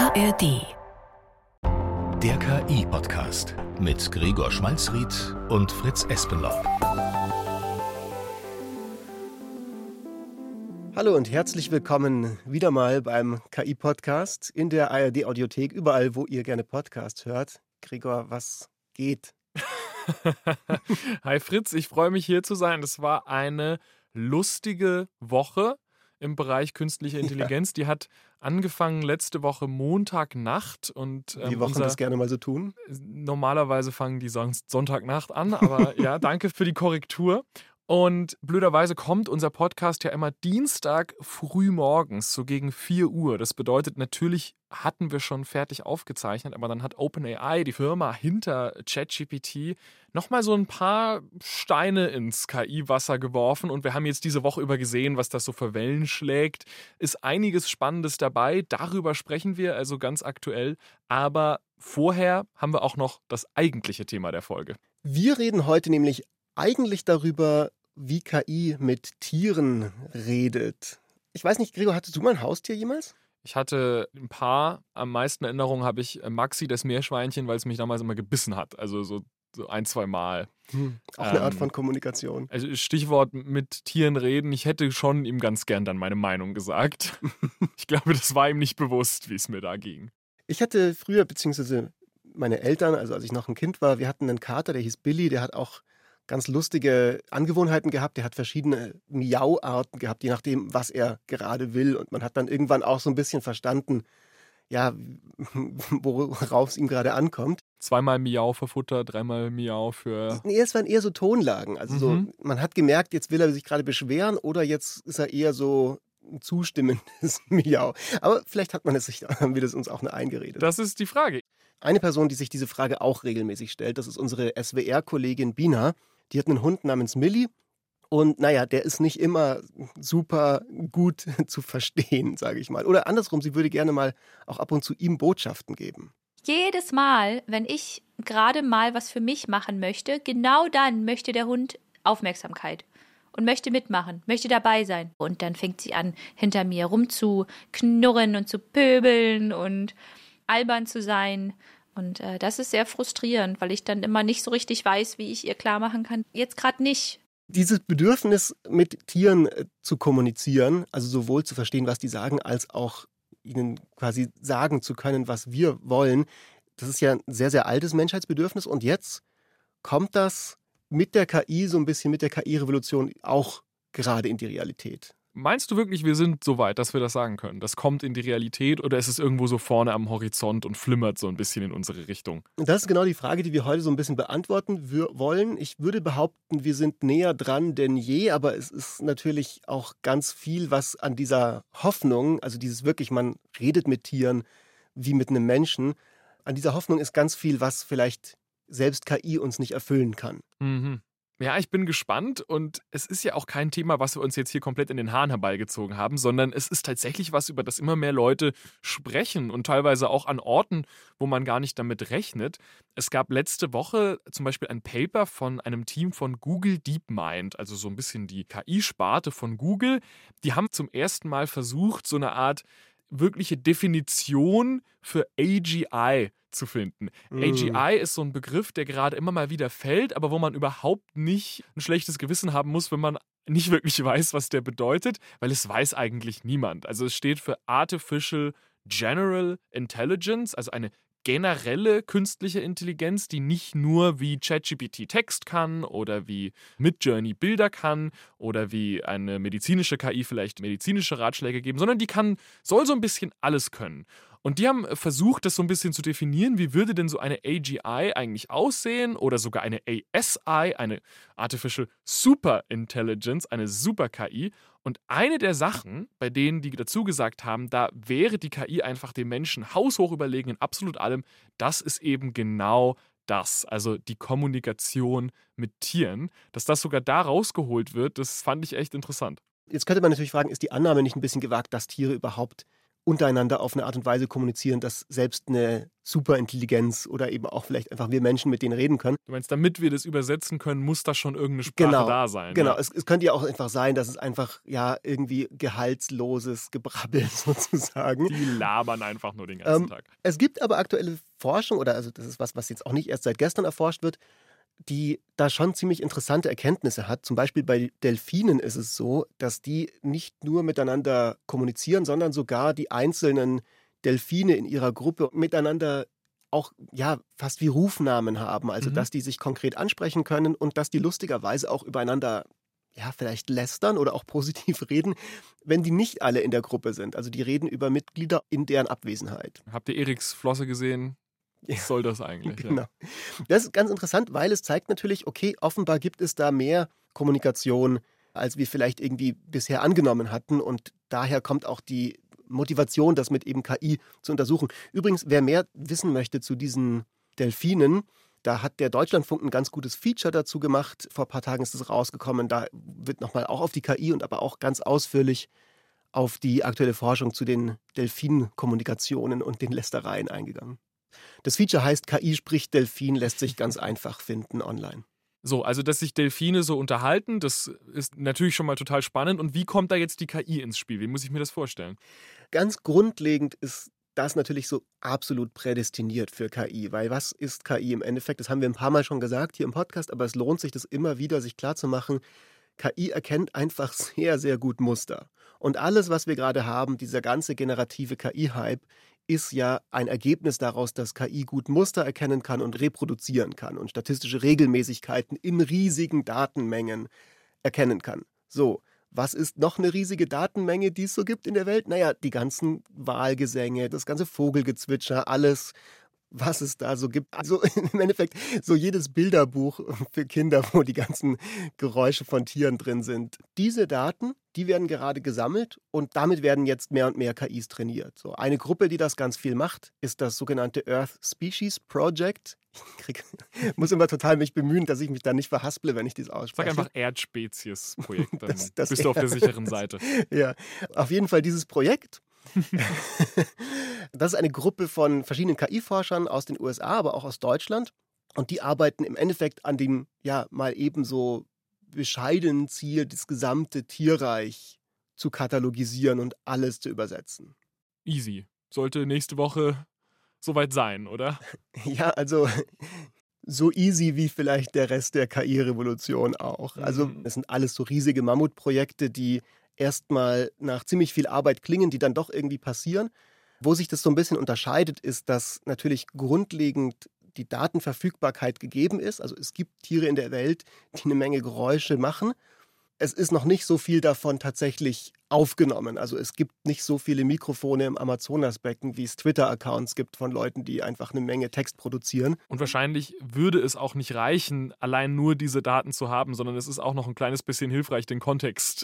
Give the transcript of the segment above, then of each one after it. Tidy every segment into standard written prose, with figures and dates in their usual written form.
ARD. Der KI-Podcast mit Gregor Schmalzried und Fritz Espenlaub. Hallo und herzlich willkommen wieder mal beim KI-Podcast in der ARD-Audiothek, überall, wo ihr gerne Podcasts hört. Gregor, was geht? Hi Fritz, ich freue mich hier zu sein. Das war eine lustige Woche im Bereich künstliche Intelligenz. Die hat angefangen letzte Woche Montagnacht. Und, wie Wochen das gerne mal so tun. Normalerweise fangen die sonst Sonntagnacht an, aber ja, danke für die Korrektur. Und blöderweise kommt unser Podcast ja immer Dienstag früh morgens, so gegen 4 Uhr. Das bedeutet, natürlich hatten wir schon fertig aufgezeichnet, aber dann hat OpenAI, die Firma hinter ChatGPT, nochmal so ein paar Steine ins KI-Wasser geworfen. Und wir haben jetzt diese Woche über gesehen, was das so für Wellen schlägt. Ist einiges Spannendes dabei. Darüber sprechen wir also ganz aktuell. Aber vorher haben wir auch noch das eigentliche Thema der Folge. Wir reden heute nämlich eigentlich darüber, wie KI mit Tieren redet. Ich weiß nicht, Gregor, hattest du mal ein Haustier jemals? Ich hatte ein paar. Am meisten Erinnerungen habe ich Maxi, das Meerschweinchen, weil es mich damals immer gebissen hat. Also so 1-2 Mal. Auch eine Art von Kommunikation. Also Stichwort mit Tieren reden. Ich hätte schon ihm ganz gern dann meine Meinung gesagt. Ich glaube, das war ihm nicht bewusst, wie es mir da ging. Ich hatte früher, beziehungsweise meine Eltern, also als ich noch ein Kind war, wir hatten einen Kater, der hieß Billy, der hat auch ganz lustige Angewohnheiten gehabt. Der hat verschiedene Miau-Arten gehabt, je nachdem, was er gerade will. Und man hat dann irgendwann auch so ein bisschen verstanden, ja, worauf es ihm gerade ankommt. 2-mal Miau für Futter, 3-mal Miau für... Nee, es waren eher so Tonlagen. Also so, man hat gemerkt, jetzt will er sich gerade beschweren oder jetzt ist er eher so ein zustimmendes Miau. Aber vielleicht haben wir das uns auch nur eingeredet. Das ist die Frage. Eine Person, die sich diese Frage auch regelmäßig stellt, das ist unsere SWR-Kollegin Bina. Die hat einen Hund namens Milli und naja, der ist nicht immer super gut zu verstehen, sage ich mal. Oder andersrum, sie würde gerne mal auch ab und zu ihm Botschaften geben. Jedes Mal, wenn ich gerade mal was für mich machen möchte, genau dann möchte der Hund Aufmerksamkeit und möchte mitmachen, möchte dabei sein. Und dann fängt sie an, hinter mir rumzuknurren und zu pöbeln und albern zu sein. Und das ist sehr frustrierend, weil ich dann immer nicht so richtig weiß, wie ich ihr klar machen kann. Jetzt gerade nicht. Dieses Bedürfnis, mit Tieren zu kommunizieren, also sowohl zu verstehen, was die sagen, als auch ihnen quasi sagen zu können, was wir wollen, das ist ja ein sehr, sehr altes Menschheitsbedürfnis. Und jetzt kommt das mit der KI, so ein bisschen mit der KI-Revolution auch gerade in die Realität. Meinst du wirklich, wir sind so weit, dass wir das sagen können? Das kommt in die Realität oder ist es irgendwo so vorne am Horizont und flimmert so ein bisschen in unsere Richtung? Das ist genau die Frage, die wir heute so ein bisschen beantworten wollen. Ich würde behaupten, wir sind näher dran denn je, aber es ist natürlich auch ganz viel, was an dieser Hoffnung, also dieses wirklich, man redet mit Tieren wie mit einem Menschen, an dieser Hoffnung ist ganz viel, was vielleicht selbst KI uns nicht erfüllen kann. Mhm. Ja, ich bin gespannt und es ist ja auch kein Thema, was wir uns jetzt hier komplett in den Haaren herbeigezogen haben, sondern es ist tatsächlich was, über das immer mehr Leute sprechen und teilweise auch an Orten, wo man gar nicht damit rechnet. Es gab letzte Woche zum Beispiel ein Paper von einem Team von Google DeepMind, also so ein bisschen die KI-Sparte von Google. Die haben zum ersten Mal versucht, so eine Art wirkliche Definition für AGI zu finden. AGI ist so ein Begriff, der gerade immer mal wieder fällt, aber wo man überhaupt nicht ein schlechtes Gewissen haben muss, wenn man nicht wirklich weiß, was der bedeutet, weil es weiß eigentlich niemand. Also es steht für Artificial General Intelligence, also eine generelle künstliche Intelligenz, die nicht nur wie ChatGPT Text kann oder wie Midjourney Bilder kann oder wie eine medizinische KI vielleicht medizinische Ratschläge geben, sondern soll so ein bisschen alles können. Und die haben versucht, das so ein bisschen zu definieren, wie würde denn so eine AGI eigentlich aussehen oder sogar eine ASI, eine Artificial Super Intelligence, eine Super-KI. Und eine der Sachen, bei denen die dazu gesagt haben, da wäre die KI einfach dem Menschen haushoch überlegen in absolut allem, das ist eben genau das, also die Kommunikation mit Tieren. Dass das sogar da rausgeholt wird, das fand ich echt interessant. Jetzt könnte man natürlich fragen, ist die Annahme nicht ein bisschen gewagt, dass Tiere überhaupt untereinander auf eine Art und Weise kommunizieren, dass selbst eine Superintelligenz oder eben auch vielleicht einfach wir Menschen mit denen reden können. Du meinst, damit wir das übersetzen können, muss da schon irgendeine Sprache da sein. Genau, ja. es könnte ja auch einfach sein, dass es einfach ja irgendwie gehaltsloses Gebrabbel sozusagen. Die labern einfach nur den ganzen Tag. Es gibt aber aktuelle Forschung, oder also das ist was jetzt auch nicht erst seit gestern erforscht wird, die da schon ziemlich interessante Erkenntnisse hat. Zum Beispiel bei Delfinen ist es so, dass die nicht nur miteinander kommunizieren, sondern sogar die einzelnen Delfine in ihrer Gruppe miteinander auch ja fast wie Rufnamen haben. Also dass die sich konkret ansprechen können und dass die lustigerweise auch übereinander ja vielleicht lästern oder auch positiv reden, wenn die nicht alle in der Gruppe sind. Also die reden über Mitglieder in deren Abwesenheit. Habt ihr Eriks Flosse gesehen? Was soll das eigentlich? Genau. Das ist ganz interessant, weil es zeigt natürlich, okay, offenbar gibt es da mehr Kommunikation, als wir vielleicht irgendwie bisher angenommen hatten. Und daher kommt auch die Motivation, das mit eben KI zu untersuchen. Übrigens, wer mehr wissen möchte zu diesen Delfinen, da hat der Deutschlandfunk ein ganz gutes Feature dazu gemacht. Vor ein paar Tagen ist es rausgekommen. Da wird nochmal auch auf die KI und aber auch ganz ausführlich auf die aktuelle Forschung zu den Delfinkommunikationen und den Lästereien eingegangen. Das Feature heißt, KI spricht Delfin, lässt sich ganz einfach finden online. So, also dass sich Delfine so unterhalten, das ist natürlich schon mal total spannend. Und wie kommt da jetzt die KI ins Spiel? Wie muss ich mir das vorstellen? Ganz grundlegend ist das natürlich so absolut prädestiniert für KI, weil was ist KI im Endeffekt? Das haben wir ein paar Mal schon gesagt hier im Podcast, aber es lohnt sich, das immer wieder sich klarzumachen. KI erkennt einfach sehr, sehr gut Muster. Und alles, was wir gerade haben, dieser ganze generative KI-Hype, ist ja ein Ergebnis daraus, dass KI gut Muster erkennen kann und reproduzieren kann und statistische Regelmäßigkeiten in riesigen Datenmengen erkennen kann. So, was ist noch eine riesige Datenmenge, die es so gibt in der Welt? Naja, die ganzen Walgesänge, das ganze Vogelgezwitscher, alles, was es da so gibt. Also im Endeffekt so jedes Bilderbuch für Kinder, wo die ganzen Geräusche von Tieren drin sind. Diese Daten, die werden gerade gesammelt und damit werden jetzt mehr und mehr KIs trainiert. So eine Gruppe, die das ganz viel macht, ist das sogenannte Earth Species Project. Ich muss immer total mich bemühen, dass ich mich da nicht verhasple, wenn ich dies ausspreche. Sag einfach Erdspezies-Projekt, dann das bist du auf der sicheren Seite. Ja, auf jeden Fall dieses Projekt. Das ist eine Gruppe von verschiedenen KI-Forschern aus den USA, aber auch aus Deutschland. Und die arbeiten im Endeffekt an dem, ja, mal eben so bescheidenen Ziel, das gesamte Tierreich zu katalogisieren und alles zu übersetzen. Easy. Sollte nächste Woche soweit sein, oder? Ja, also so easy wie vielleicht der Rest der KI-Revolution auch. Also es sind alles so riesige Mammutprojekte, die erstmal nach ziemlich viel Arbeit klingen, die dann doch irgendwie passieren. Wo sich das so ein bisschen unterscheidet, ist, dass natürlich grundlegend die Datenverfügbarkeit gegeben ist. Also es gibt Tiere in der Welt, die eine Menge Geräusche machen. Es ist noch nicht so viel davon tatsächlich aufgenommen. Also es gibt nicht so viele Mikrofone im Amazonasbecken, wie es Twitter-Accounts gibt von Leuten, die einfach eine Menge Text produzieren. Und wahrscheinlich würde es auch nicht reichen, allein nur diese Daten zu haben, sondern es ist auch noch ein kleines bisschen hilfreich, den Kontext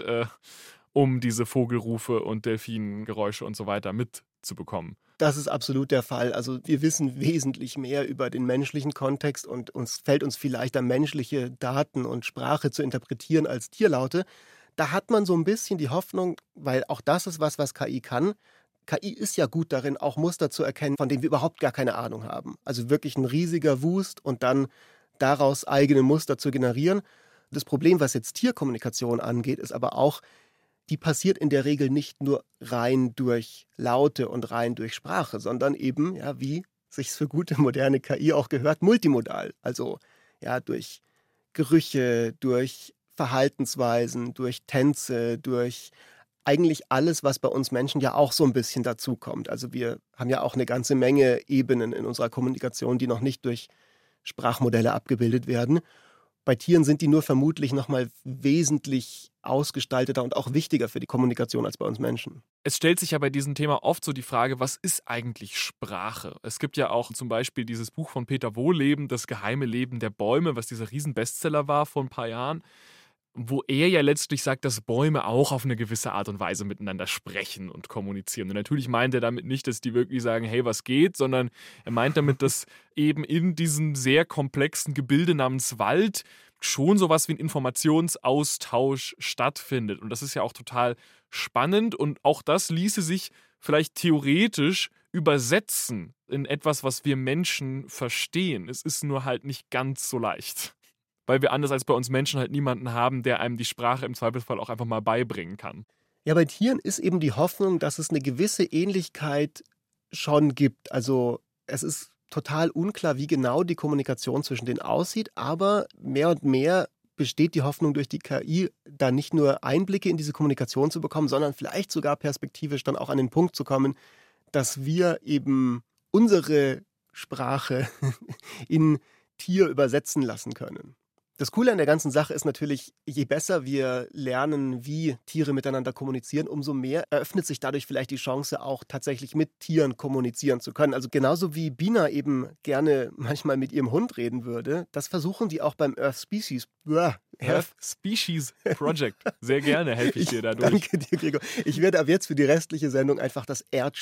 um diese Vogelrufe und Delfingeräusche und so weiter mitzubekommen. Das ist absolut der Fall. Also wir wissen wesentlich mehr über den menschlichen Kontext und uns fällt uns viel leichter, menschliche Daten und Sprache zu interpretieren als Tierlaute. Da hat man so ein bisschen die Hoffnung, weil auch das ist was KI kann. KI ist ja gut darin, auch Muster zu erkennen, von denen wir überhaupt gar keine Ahnung haben. Also wirklich ein riesiger Wust und dann daraus eigene Muster zu generieren. Das Problem, was jetzt Tierkommunikation angeht, ist aber auch, die passiert in der Regel nicht nur rein durch Laute und rein durch Sprache, sondern eben, ja, wie sich's für gute moderne KI auch gehört, multimodal. Also ja, durch Gerüche, durch Verhaltensweisen, durch Tänze, durch eigentlich alles, was bei uns Menschen ja auch so ein bisschen dazukommt. Also wir haben ja auch eine ganze Menge Ebenen in unserer Kommunikation, die noch nicht durch Sprachmodelle abgebildet werden. Bei Tieren sind die nur vermutlich nochmal wesentlich ausgestalteter und auch wichtiger für die Kommunikation als bei uns Menschen. Es stellt sich ja bei diesem Thema oft so die Frage, was ist eigentlich Sprache? Es gibt ja auch zum Beispiel dieses Buch von Peter Wohlleben, Das geheime Leben der Bäume, was dieser Riesenbestseller war vor ein paar Jahren, wo er ja letztlich sagt, dass Bäume auch auf eine gewisse Art und Weise miteinander sprechen und kommunizieren. Und natürlich meint er damit nicht, dass die wirklich sagen, hey, was geht, sondern er meint damit, dass eben in diesem sehr komplexen Gebilde namens Wald schon sowas wie ein Informationsaustausch stattfindet. Und das ist ja auch total spannend und auch das ließe sich vielleicht theoretisch übersetzen in etwas, was wir Menschen verstehen. Es ist nur halt nicht ganz so leicht. Weil wir anders als bei uns Menschen halt niemanden haben, der einem die Sprache im Zweifelsfall auch einfach mal beibringen kann. Ja, bei Tieren ist eben die Hoffnung, dass es eine gewisse Ähnlichkeit schon gibt. Also es ist total unklar, wie genau die Kommunikation zwischen denen aussieht, aber mehr und mehr besteht die Hoffnung durch die KI, da nicht nur Einblicke in diese Kommunikation zu bekommen, sondern vielleicht sogar perspektivisch dann auch an den Punkt zu kommen, dass wir eben unsere Sprache in Tier übersetzen lassen können. Das Coole an der ganzen Sache ist natürlich, je besser wir lernen, wie Tiere miteinander kommunizieren, umso mehr eröffnet sich dadurch vielleicht die Chance, auch tatsächlich mit Tieren kommunizieren zu können. Also genauso wie Bina eben gerne manchmal mit ihrem Hund reden würde, das versuchen die auch beim Earth Species Project. Sehr gerne helfe ich dir dadurch. Danke dir, Gregor. Ich werde ab jetzt für die restliche Sendung einfach das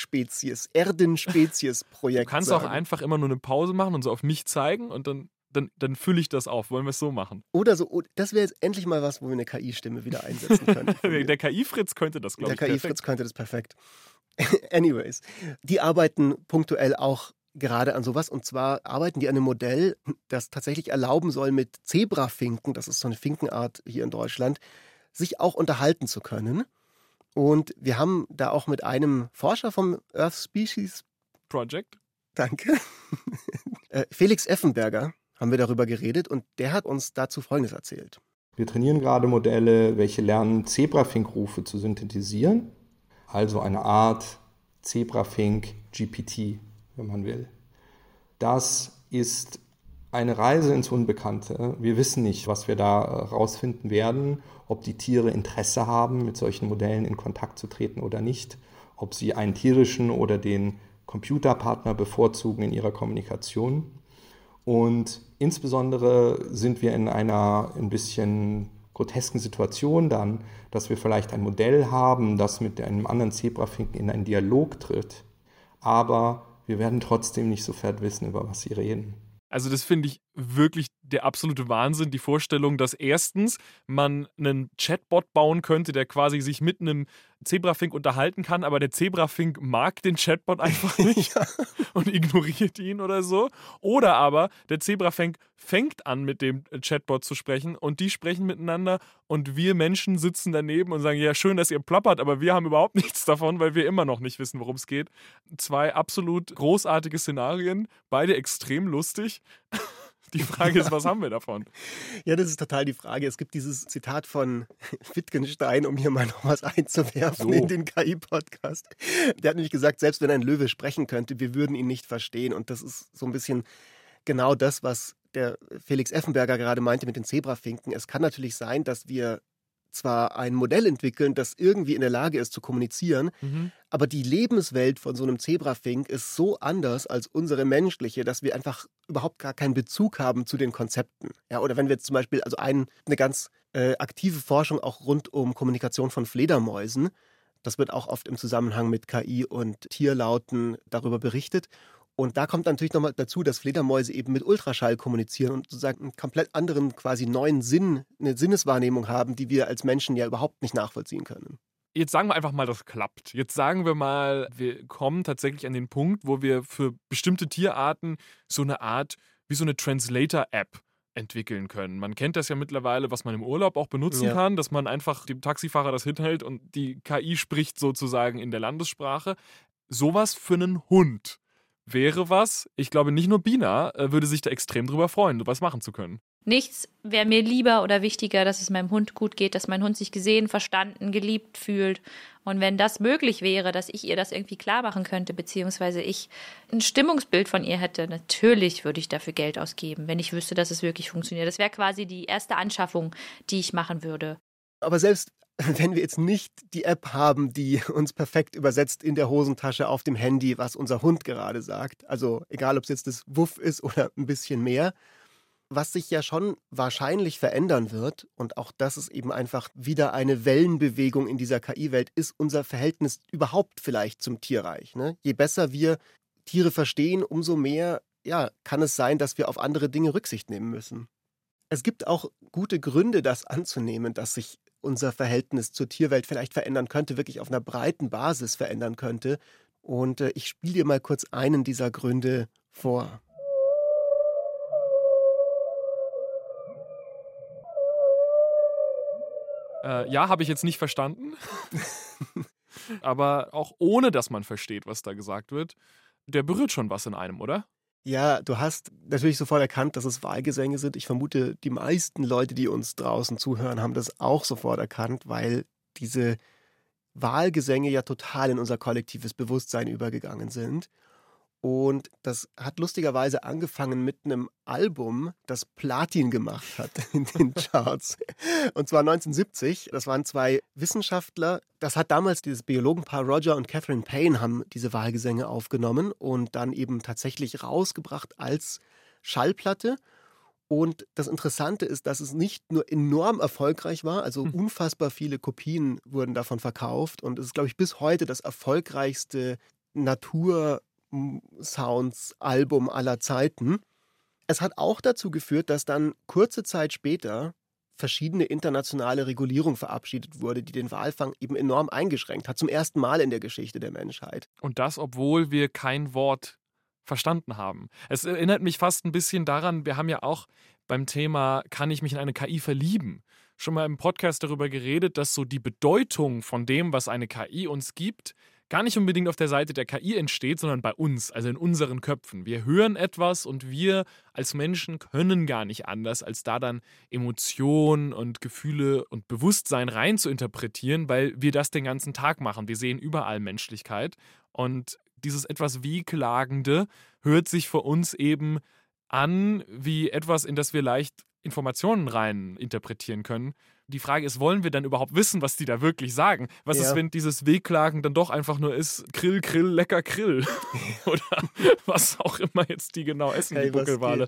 Erdenspezies-Projekt Du kannst sagen. auch einfach immer nur eine Pause machen und so auf mich zeigen und dann fülle ich das auf. Wollen wir es so machen? Oder so, das wäre jetzt endlich mal was, wo wir eine KI-Stimme wieder einsetzen können. Der KI-Fritz könnte das, glaube ich, Der KI-Fritz könnte das perfekt. Anyways, die arbeiten punktuell auch gerade an sowas. Und zwar arbeiten die an einem Modell, das tatsächlich erlauben soll, mit Zebrafinken, das ist so eine Finkenart hier in Deutschland, sich auch unterhalten zu können. Und wir haben da auch mit einem Forscher vom Earth Species Project, danke, Felix Effenberger, haben wir darüber geredet und der hat uns dazu Folgendes erzählt. Wir trainieren gerade Modelle, welche lernen, Zebrafinkrufe zu synthetisieren. Also eine Art Zebrafink-GPT, wenn man will. Das ist eine Reise ins Unbekannte. Wir wissen nicht, was wir da rausfinden werden, ob die Tiere Interesse haben, mit solchen Modellen in Kontakt zu treten oder nicht, ob sie einen tierischen oder den Computerpartner bevorzugen in ihrer Kommunikation. Und insbesondere sind wir in einer ein bisschen grotesken Situation dann, dass wir vielleicht ein Modell haben, das mit einem anderen Zebrafinken in einen Dialog tritt, aber wir werden trotzdem nicht sofort wissen, über was sie reden. Also das finde ich wirklich der absolute Wahnsinn, die Vorstellung, dass erstens man einen Chatbot bauen könnte, der quasi sich mit einem Zebrafink unterhalten kann, aber der Zebrafink mag den Chatbot einfach nicht und ignoriert ihn oder so. Oder aber der Zebrafink fängt an, mit dem Chatbot zu sprechen und die sprechen miteinander und wir Menschen sitzen daneben und sagen, ja schön, dass ihr plappert, aber wir haben überhaupt nichts davon, weil wir immer noch nicht wissen, worum es geht. 2 absolut großartige Szenarien, beide extrem lustig. Die Frage ist, was haben wir davon? Ja, das ist total die Frage. Es gibt dieses Zitat von Wittgenstein, um hier mal noch was einzuwerfen in den KI-Podcast. Der hat nämlich gesagt, selbst wenn ein Löwe sprechen könnte, wir würden ihn nicht verstehen. Und das ist so ein bisschen genau das, was der Felix Effenberger gerade meinte mit den Zebrafinken. Es kann natürlich sein, dass wir zwar ein Modell entwickeln, das irgendwie in der Lage ist zu kommunizieren, aber die Lebenswelt von so einem Zebrafink ist so anders als unsere menschliche, dass wir einfach überhaupt gar keinen Bezug haben zu den Konzepten. Ja, oder wenn wir jetzt zum Beispiel, also eine ganz aktive Forschung auch rund um Kommunikation von Fledermäusen, das wird auch oft im Zusammenhang mit KI und Tierlauten darüber berichtet. Und da kommt natürlich nochmal dazu, dass Fledermäuse eben mit Ultraschall kommunizieren und sozusagen einen komplett anderen, quasi neuen Sinn, eine Sinneswahrnehmung haben, die wir als Menschen ja überhaupt nicht nachvollziehen können. Jetzt sagen wir einfach mal, das klappt. Jetzt sagen wir mal, wir kommen tatsächlich an den Punkt, wo wir für bestimmte Tierarten so eine Art, wie so eine Translator-App entwickeln können. Man kennt das ja mittlerweile, was man im Urlaub auch benutzen kann, dass man einfach dem Taxifahrer das hinhält und die KI spricht sozusagen in der Landessprache. Sowas für einen Hund wäre was. Ich glaube, nicht nur Bina würde sich da extrem drüber freuen, sowas machen zu können. Nichts wäre mir lieber oder wichtiger, dass es meinem Hund gut geht, dass mein Hund sich gesehen, verstanden, geliebt fühlt. Und wenn das möglich wäre, dass ich ihr das irgendwie klar machen könnte, beziehungsweise ich ein Stimmungsbild von ihr hätte, natürlich würde ich dafür Geld ausgeben, wenn ich wüsste, dass es wirklich funktioniert. Das wäre quasi die erste Anschaffung, die ich machen würde. Aber selbst wenn wir jetzt nicht die App haben, die uns perfekt übersetzt in der Hosentasche auf dem Handy, was unser Hund gerade sagt, also egal, ob es jetzt das Wuff ist oder ein bisschen mehr, was sich ja schon wahrscheinlich verändern wird, und auch das ist eben einfach wieder eine Wellenbewegung in dieser KI-Welt, ist unser Verhältnis überhaupt vielleicht zum Tierreich. Ne? Je besser wir Tiere verstehen, umso mehr kann es sein, dass wir auf andere Dinge Rücksicht nehmen müssen. Es gibt auch gute Gründe, das anzunehmen, dass sich unser Verhältnis zur Tierwelt vielleicht verändern könnte, wirklich auf einer breiten Basis verändern könnte. Und ich spiele dir mal kurz einen dieser Gründe vor. Ja, habe ich jetzt nicht verstanden. Aber auch ohne, dass man versteht, was da gesagt wird, der berührt schon was in einem, oder? Ja, du hast natürlich sofort erkannt, dass es Wahlgesänge sind. Ich vermute, die meisten Leute, die uns draußen zuhören, haben das auch sofort erkannt, weil diese Wahlgesänge ja total in unser kollektives Bewusstsein übergegangen sind. Und das hat lustigerweise angefangen mit einem Album, das Platin gemacht hat in den Charts. Und zwar 1970. Das waren zwei Wissenschaftler. Das hat damals dieses Biologenpaar Roger und Catherine Payne haben diese Wahlgesänge aufgenommen und dann eben tatsächlich rausgebracht als Schallplatte. Und das Interessante ist, dass es nicht nur enorm erfolgreich war, also unfassbar viele Kopien wurden davon verkauft. Und es ist, glaube ich, bis heute das erfolgreichste Natur-Sounds-Album aller Zeiten. Es hat auch dazu geführt, dass dann kurze Zeit später verschiedene internationale Regulierung verabschiedet wurde, die den Walfang eben enorm eingeschränkt hat, zum ersten Mal in der Geschichte der Menschheit. Und das, obwohl wir kein Wort verstanden haben. Es erinnert mich fast ein bisschen daran, wir haben ja auch beim Thema, kann ich mich in eine KI verlieben, schon mal im Podcast darüber geredet, dass so die Bedeutung von dem, was eine KI uns gibt, gar nicht unbedingt auf der Seite der KI entsteht, sondern bei uns, also in unseren Köpfen. Wir hören etwas und wir als Menschen können gar nicht anders, als da dann Emotionen und Gefühle und Bewusstsein rein zu interpretieren, weil wir das den ganzen Tag machen. Wir sehen überall Menschlichkeit und dieses etwas Wehklagende hört sich für uns eben an wie etwas, in das wir leicht Informationen rein interpretieren können. Die Frage ist, wollen wir dann überhaupt wissen, was die da wirklich sagen? Was ist, wenn dieses Wehklagen dann doch einfach nur ist, Grill, Grill, lecker Grill? Oder was auch immer jetzt die genau essen, die Buckelwale.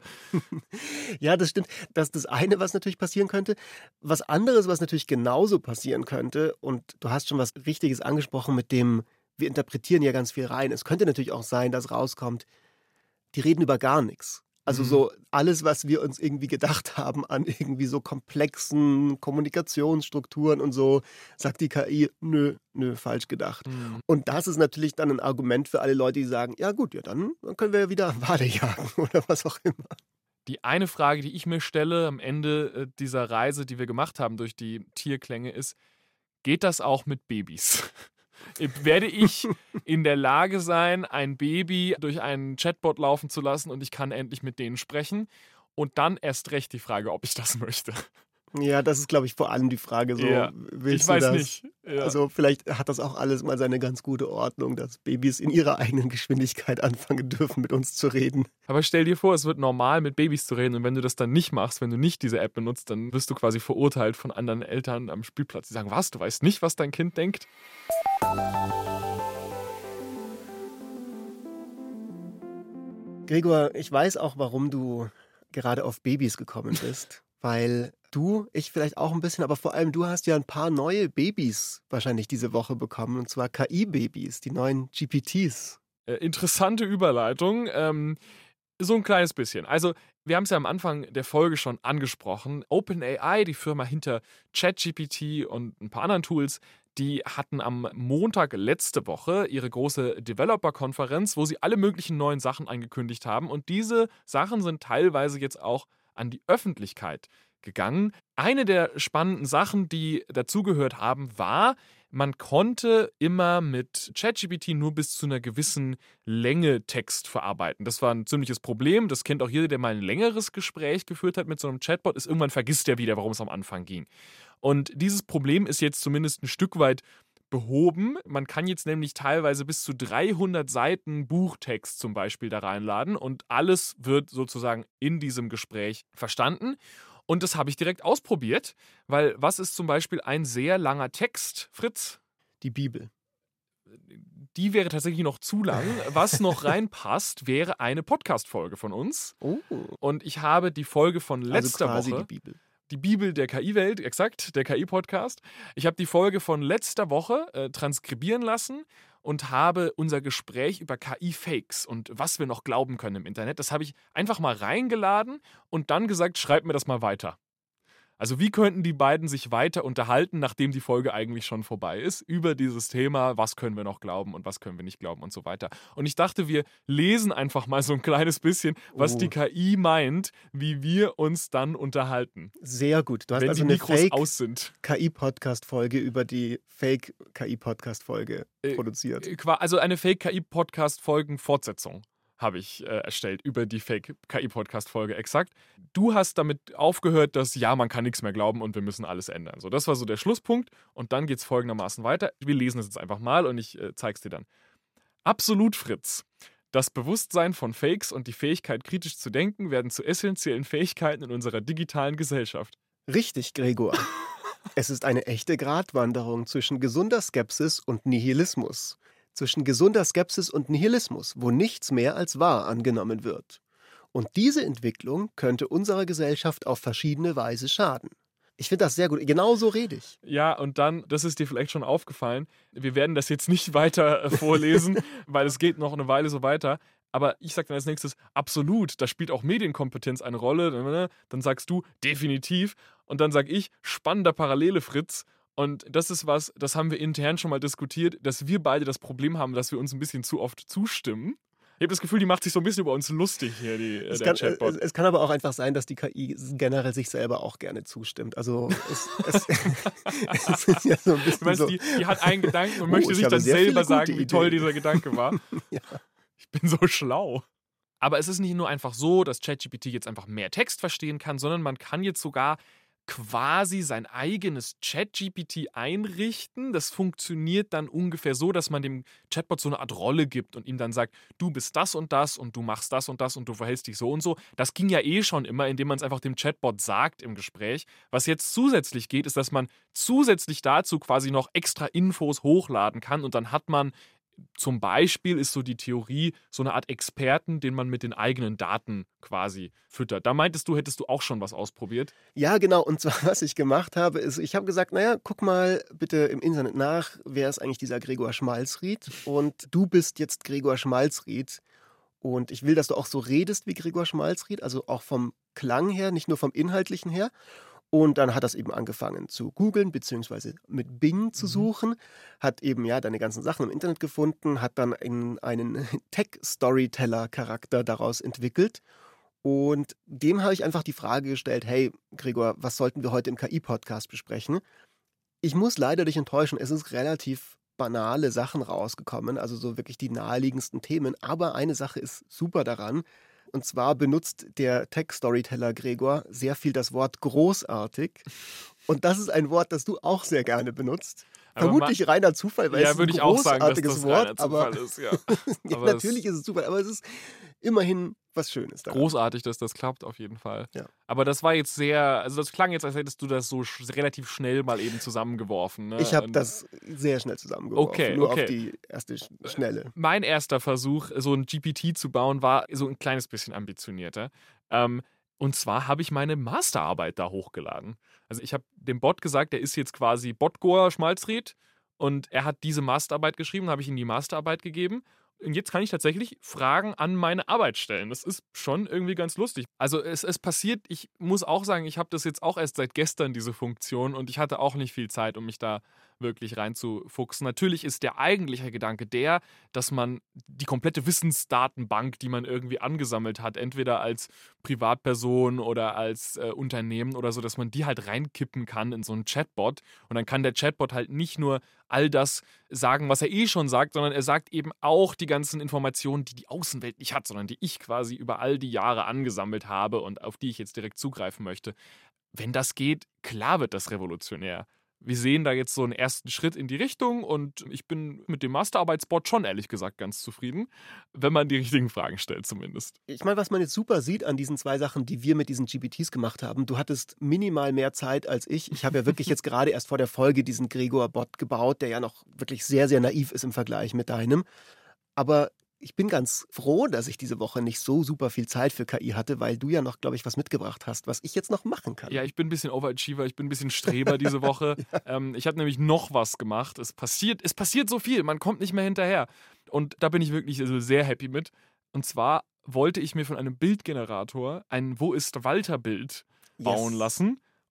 Ja, das stimmt. Das ist das eine, was natürlich passieren könnte. Was anderes, was natürlich genauso passieren könnte, und du hast schon was Richtiges angesprochen mit dem, wir interpretieren ja ganz viel rein. Es könnte natürlich auch sein, dass rauskommt, die reden über gar nichts. Also so alles, was wir uns irgendwie gedacht haben an irgendwie so komplexen Kommunikationsstrukturen und so, sagt die KI, nö, falsch gedacht. Und das ist natürlich dann ein Argument für alle Leute, die sagen, ja gut, ja dann können wir ja wieder Wale jagen oder was auch immer. Die eine Frage, die ich mir stelle am Ende dieser Reise, die wir gemacht haben durch die Tierklänge, ist, geht das auch mit Babys? Werde ich in der Lage sein, ein Baby durch einen Chatbot laufen zu lassen und ich kann endlich mit denen sprechen? Und dann erst recht die Frage, ob ich das möchte. Ja, das ist, glaube ich, vor allem die Frage. So, ja, willst ich weiß du das? nicht. Ja. Also vielleicht hat das auch alles mal seine ganz gute Ordnung, dass Babys in ihrer eigenen Geschwindigkeit anfangen dürfen, mit uns zu reden. Aber stell dir vor, es wird normal, mit Babys zu reden. Und wenn du das dann nicht machst, wenn du nicht diese App benutzt, dann wirst du quasi verurteilt von anderen Eltern am Spielplatz. Die sagen, was, du weißt nicht, was dein Kind denkt? Gregor, ich weiß auch, warum du gerade auf Babys gekommen bist. Weil ich vielleicht auch ein bisschen, aber vor allem du hast ja ein paar neue Babys wahrscheinlich diese Woche bekommen. Und zwar KI-Babys, die neuen GPTs. Interessante Überleitung. So ein kleines bisschen. Also, wir haben es ja am Anfang der Folge schon angesprochen. OpenAI, die Firma hinter ChatGPT und ein paar anderen Tools, die hatten am Montag letzte Woche ihre große Developer-Konferenz, wo sie alle möglichen neuen Sachen angekündigt haben. Und diese Sachen sind teilweise jetzt auch an die Öffentlichkeit gegangen. Eine der spannenden Sachen, die dazugehört haben, war, man konnte immer mit ChatGPT nur bis zu einer gewissen Länge Text verarbeiten. Das war ein ziemliches Problem. Das kennt auch jeder, der mal ein längeres Gespräch geführt hat mit so einem Chatbot. Irgendwann vergisst er wieder, worum es am Anfang ging. Und dieses Problem ist jetzt zumindest ein Stück weit behoben. Man kann jetzt nämlich teilweise bis zu 300 Seiten Buchtext zum Beispiel da reinladen und alles wird sozusagen in diesem Gespräch verstanden. Und das habe ich direkt ausprobiert, weil was ist zum Beispiel ein sehr langer Text, Fritz? Die Bibel. Die wäre tatsächlich noch zu lang. Was noch reinpasst, wäre eine Podcast-Folge von uns. Oh. Und ich habe die Folge von letzter quasi Woche... die Bibel. Die Bibel der KI-Welt, exakt, der KI-Podcast. Ich habe die Folge von letzter Woche transkribieren lassen und habe unser Gespräch über KI-Fakes und was wir noch glauben können im Internet, das habe ich einfach mal reingeladen und dann gesagt, schreib mir das mal weiter. Also wie könnten die beiden sich weiter unterhalten, nachdem die Folge eigentlich schon vorbei ist, über dieses Thema, was können wir noch glauben und was können wir nicht glauben und so weiter. Und ich dachte, wir lesen einfach mal so ein kleines bisschen, was die KI meint, wie wir uns dann unterhalten. Sehr gut. Du hast wenn also die eine Mikros aus sind. Fake-KI-Podcast-Folge über die Fake-KI-Podcast-Folge produziert. Also eine Fake-KI-Podcast-Folgen-Fortsetzung habe ich erstellt über die Fake-KI-Podcast-Folge, exakt. Du hast damit aufgehört, dass ja, man kann nichts mehr glauben und wir müssen alles ändern. So, das war so der Schlusspunkt und dann geht es folgendermaßen weiter. Wir lesen es jetzt einfach mal und ich zeig's dir dann. Absolut, Fritz. Das Bewusstsein von Fakes und die Fähigkeit, kritisch zu denken, werden zu essentiellen Fähigkeiten in unserer digitalen Gesellschaft. Richtig, Gregor. Es ist eine echte Gratwanderung zwischen gesunder Skepsis und Nihilismus. Zwischen gesunder Skepsis und Nihilismus, wo nichts mehr als wahr angenommen wird. Und diese Entwicklung könnte unserer Gesellschaft auf verschiedene Weise schaden. Ich finde das sehr gut. Genau so rede ich. Ja, und dann, das ist dir vielleicht schon aufgefallen, wir werden das jetzt nicht weiter vorlesen, weil es geht noch eine Weile so weiter. Aber ich sage dann als nächstes, absolut, da spielt auch Medienkompetenz eine Rolle. Dann sagst du, definitiv. Und dann sage ich, spannender Parallele, Fritz. Und das ist was, das haben wir intern schon mal diskutiert, dass wir beide das Problem haben, dass wir uns ein bisschen zu oft zustimmen. Ich habe das Gefühl, die macht sich so ein bisschen über uns lustig hier, der Chatbot. Es kann aber auch einfach sein, dass die KI generell sich selber auch gerne zustimmt. Also es ist ja so ein bisschen du meinst, so. Die hat einen Gedanken und möchte sich dann selber sagen, wie toll dieser Gedanke war. Ja. Ich bin so schlau. Aber es ist nicht nur einfach so, dass ChatGPT jetzt einfach mehr Text verstehen kann, sondern man kann jetzt sogar quasi sein eigenes ChatGPT einrichten. Das funktioniert dann ungefähr so, dass man dem Chatbot so eine Art Rolle gibt und ihm dann sagt, du bist das und du machst das und du verhältst dich so und so. Das ging ja eh schon immer, indem man es einfach dem Chatbot sagt im Gespräch. Was jetzt zusätzlich geht, ist, dass man zusätzlich dazu quasi noch extra Infos hochladen kann und dann hat man zum Beispiel, ist so die Theorie, so eine Art Experten, den man mit den eigenen Daten quasi füttert. Da meintest du, hättest du auch schon was ausprobiert? Ja, genau. Und zwar, was ich gemacht habe, ist, ich habe gesagt, naja, guck mal bitte im Internet nach, wer ist eigentlich dieser Gregor Schmalzried? Und du bist jetzt Gregor Schmalzried. Und ich will, dass du auch so redest wie Gregor Schmalzried, also auch vom Klang her, nicht nur vom Inhaltlichen her. Und dann hat das eben angefangen zu googeln, beziehungsweise mit Bing zu suchen, hat eben ja deine ganzen Sachen im Internet gefunden, hat dann einen Tech-Storyteller-Charakter daraus entwickelt. Und dem habe ich einfach die Frage gestellt, hey Gregor, was sollten wir heute im KI-Podcast besprechen? Ich muss leider dich enttäuschen, es ist relativ banale Sachen rausgekommen, also so wirklich die naheliegendsten Themen. Aber eine Sache ist super daran. Und zwar benutzt der Tech-Storyteller Gregor sehr viel das Wort großartig. Und das ist ein Wort, das du auch sehr gerne benutzt. Aber vermutlich reiner Zufall, weil es ist ein würde ich auch sagen, dass großartiges das Wort. reiner Zufall ist, ja. Ja, Aber natürlich ist es Zufall, aber es ist immerhin was Schönes daran. Großartig, dass das klappt, auf jeden Fall. Ja. Aber das war jetzt also das klang jetzt, als hättest du das so relativ schnell mal eben zusammengeworfen. Ne? Ich habe das sehr schnell zusammengeworfen, nur auf die erste Schnelle. Mein erster Versuch, so ein GPT zu bauen, war so ein kleines bisschen ambitionierter. Und zwar habe ich meine Masterarbeit da hochgeladen. Also ich habe dem Bot gesagt, der ist jetzt quasi Botgoer Schmalzried und er hat diese Masterarbeit geschrieben, habe ich ihm die Masterarbeit gegeben. Und jetzt kann ich tatsächlich Fragen an meine Arbeit stellen. Das ist schon irgendwie ganz lustig. Also es passiert, ich muss auch sagen, ich habe das jetzt auch erst seit gestern, diese Funktion, und ich hatte auch nicht viel Zeit, um mich da wirklich reinzufuchsen. Natürlich ist der eigentliche Gedanke der, dass man die komplette Wissensdatenbank, die man irgendwie angesammelt hat, entweder als Privatperson oder als Unternehmen oder so, dass man die halt reinkippen kann in so einen Chatbot. Und dann kann der Chatbot halt nicht nur all das sagen, was er eh schon sagt, sondern er sagt eben auch die ganzen Informationen, die die Außenwelt nicht hat, sondern die ich quasi über all die Jahre angesammelt habe und auf die ich jetzt direkt zugreifen möchte. Wenn das geht, klar wird das revolutionär. Wir sehen da jetzt so einen ersten Schritt in die Richtung und ich bin mit dem Masterarbeitsbot schon ehrlich gesagt ganz zufrieden, wenn man die richtigen Fragen stellt zumindest. Ich meine, was man jetzt super sieht an diesen zwei Sachen, die wir mit diesen GPTs gemacht haben, du hattest minimal mehr Zeit als ich. Ich habe ja wirklich jetzt gerade erst vor der Folge diesen Gregor-Bot gebaut, der ja noch wirklich sehr, sehr naiv ist im Vergleich mit deinem. Aber ich bin ganz froh, dass ich diese Woche nicht so super viel Zeit für KI hatte, weil du ja noch, glaube ich, was mitgebracht hast, was ich jetzt noch machen kann. Ja, ich bin ein bisschen Overachiever, ich bin ein bisschen Streber diese Woche. Ja. Ich habe nämlich noch was gemacht. Es passiert so viel, man kommt nicht mehr hinterher. Und da bin ich wirklich sehr happy mit. Und zwar wollte ich mir von einem Bildgenerator ein Wo ist Walter-Bild bauen lassen.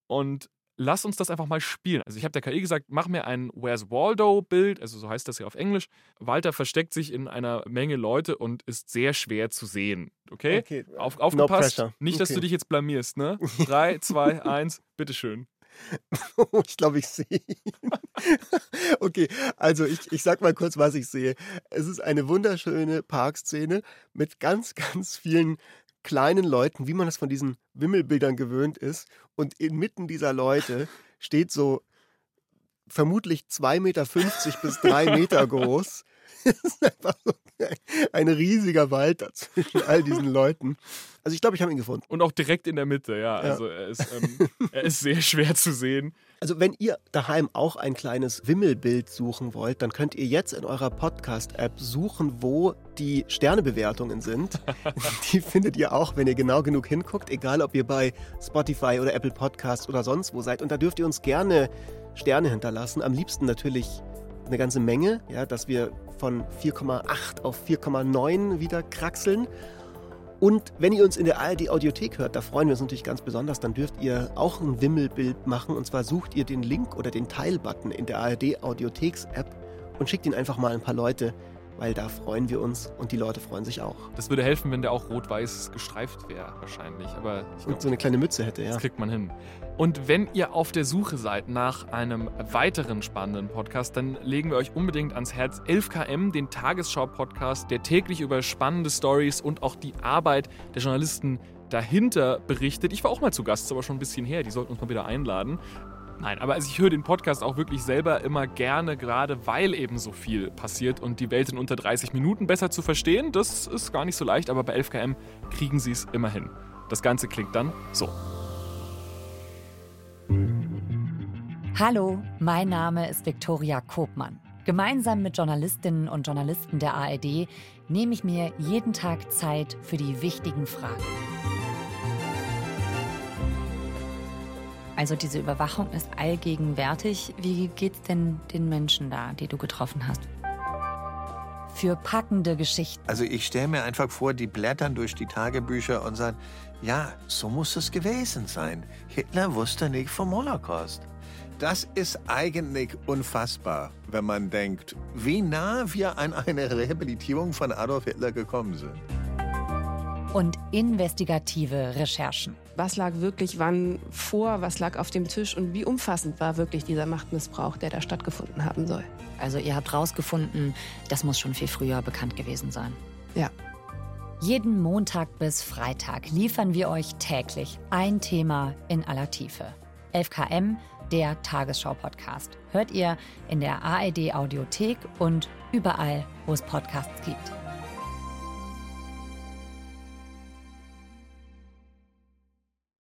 und lass uns das einfach mal spielen. Also ich habe der KI gesagt, mach mir ein Where's Waldo-Bild, also so heißt das ja auf Englisch. Walter versteckt sich in einer Menge Leute und ist sehr schwer zu sehen. Okay? Aufgepasst. No nicht, dass du dich jetzt blamierst, ne? 3, 2, 1, bitteschön. Ich glaube, ich sehe ihn. Okay, also ich sag mal kurz, was ich sehe. Es ist eine wunderschöne Parkszene mit ganz, ganz vielen kleinen Leuten, wie man das von diesen Wimmelbildern gewöhnt ist. Und inmitten dieser Leute steht so vermutlich 2,50 Meter bis 3 Meter groß. Es ist einfach so ein riesiger Wald dazwischen all diesen Leuten. Also ich glaube, ich habe ihn gefunden. Und auch direkt in der Mitte, ja. Also er ist sehr schwer zu sehen. Also wenn ihr daheim auch ein kleines Wimmelbild suchen wollt, dann könnt ihr jetzt in eurer Podcast-App suchen, wo die Sternebewertungen sind. Die findet ihr auch, wenn ihr genau genug hinguckt, egal ob ihr bei Spotify oder Apple Podcasts oder sonst wo seid. Und da dürft ihr uns gerne Sterne hinterlassen. Am liebsten natürlich eine ganze Menge, ja, dass wir von 4,8 auf 4,9 wieder kraxeln. Und wenn ihr uns in der ARD-Audiothek hört, da freuen wir uns natürlich ganz besonders, dann dürft ihr auch ein Wimmelbild machen. Und zwar sucht ihr den Link oder den Teilbutton in der ARD-Audiotheks-App und schickt ihn einfach mal ein paar Leute, weil da freuen wir uns und die Leute freuen sich auch. Das würde helfen, wenn der auch rot-weiß gestreift wäre, wahrscheinlich. Aber ich glaub, und so eine kleine Mütze hätte, ja. Das kriegt man hin. Und wenn ihr auf der Suche seid nach einem weiteren spannenden Podcast, dann legen wir euch unbedingt ans Herz 11KM, den Tagesschau-Podcast, der täglich über spannende Storys und auch die Arbeit der Journalisten dahinter berichtet. Ich war auch mal zu Gast, ist aber schon ein bisschen her, die sollten uns mal wieder einladen. Nein, aber also ich höre den Podcast auch wirklich selber immer gerne, gerade weil eben so viel passiert und die Welt in unter 30 Minuten besser zu verstehen, das ist gar nicht so leicht, aber bei 11KM kriegen sie es immer hin. Das Ganze klingt dann so. Hallo, mein Name ist Viktoria Koopmann. Gemeinsam mit Journalistinnen und Journalisten der ARD nehme ich mir jeden Tag Zeit für die wichtigen Fragen. Also diese Überwachung ist allgegenwärtig. Wie geht's denn den Menschen da, die du getroffen hast? Für packende Geschichten. Also ich stelle mir einfach vor, die blättern durch die Tagebücher und sagen, ja, so muss es gewesen sein. Hitler wusste nicht vom Holocaust. Das ist eigentlich unfassbar, wenn man denkt, wie nah wir an eine Rehabilitierung von Adolf Hitler gekommen sind. Und investigative Recherchen. Was lag wirklich wann vor, was lag auf dem Tisch und wie umfassend war wirklich dieser Machtmissbrauch, der da stattgefunden haben soll. Also ihr habt rausgefunden, das muss schon viel früher bekannt gewesen sein. Ja. Jeden Montag bis Freitag liefern wir euch täglich ein Thema in aller Tiefe. 11KM, der Tagesschau-Podcast. Hört ihr in der ARD-Audiothek und überall, wo es Podcasts gibt.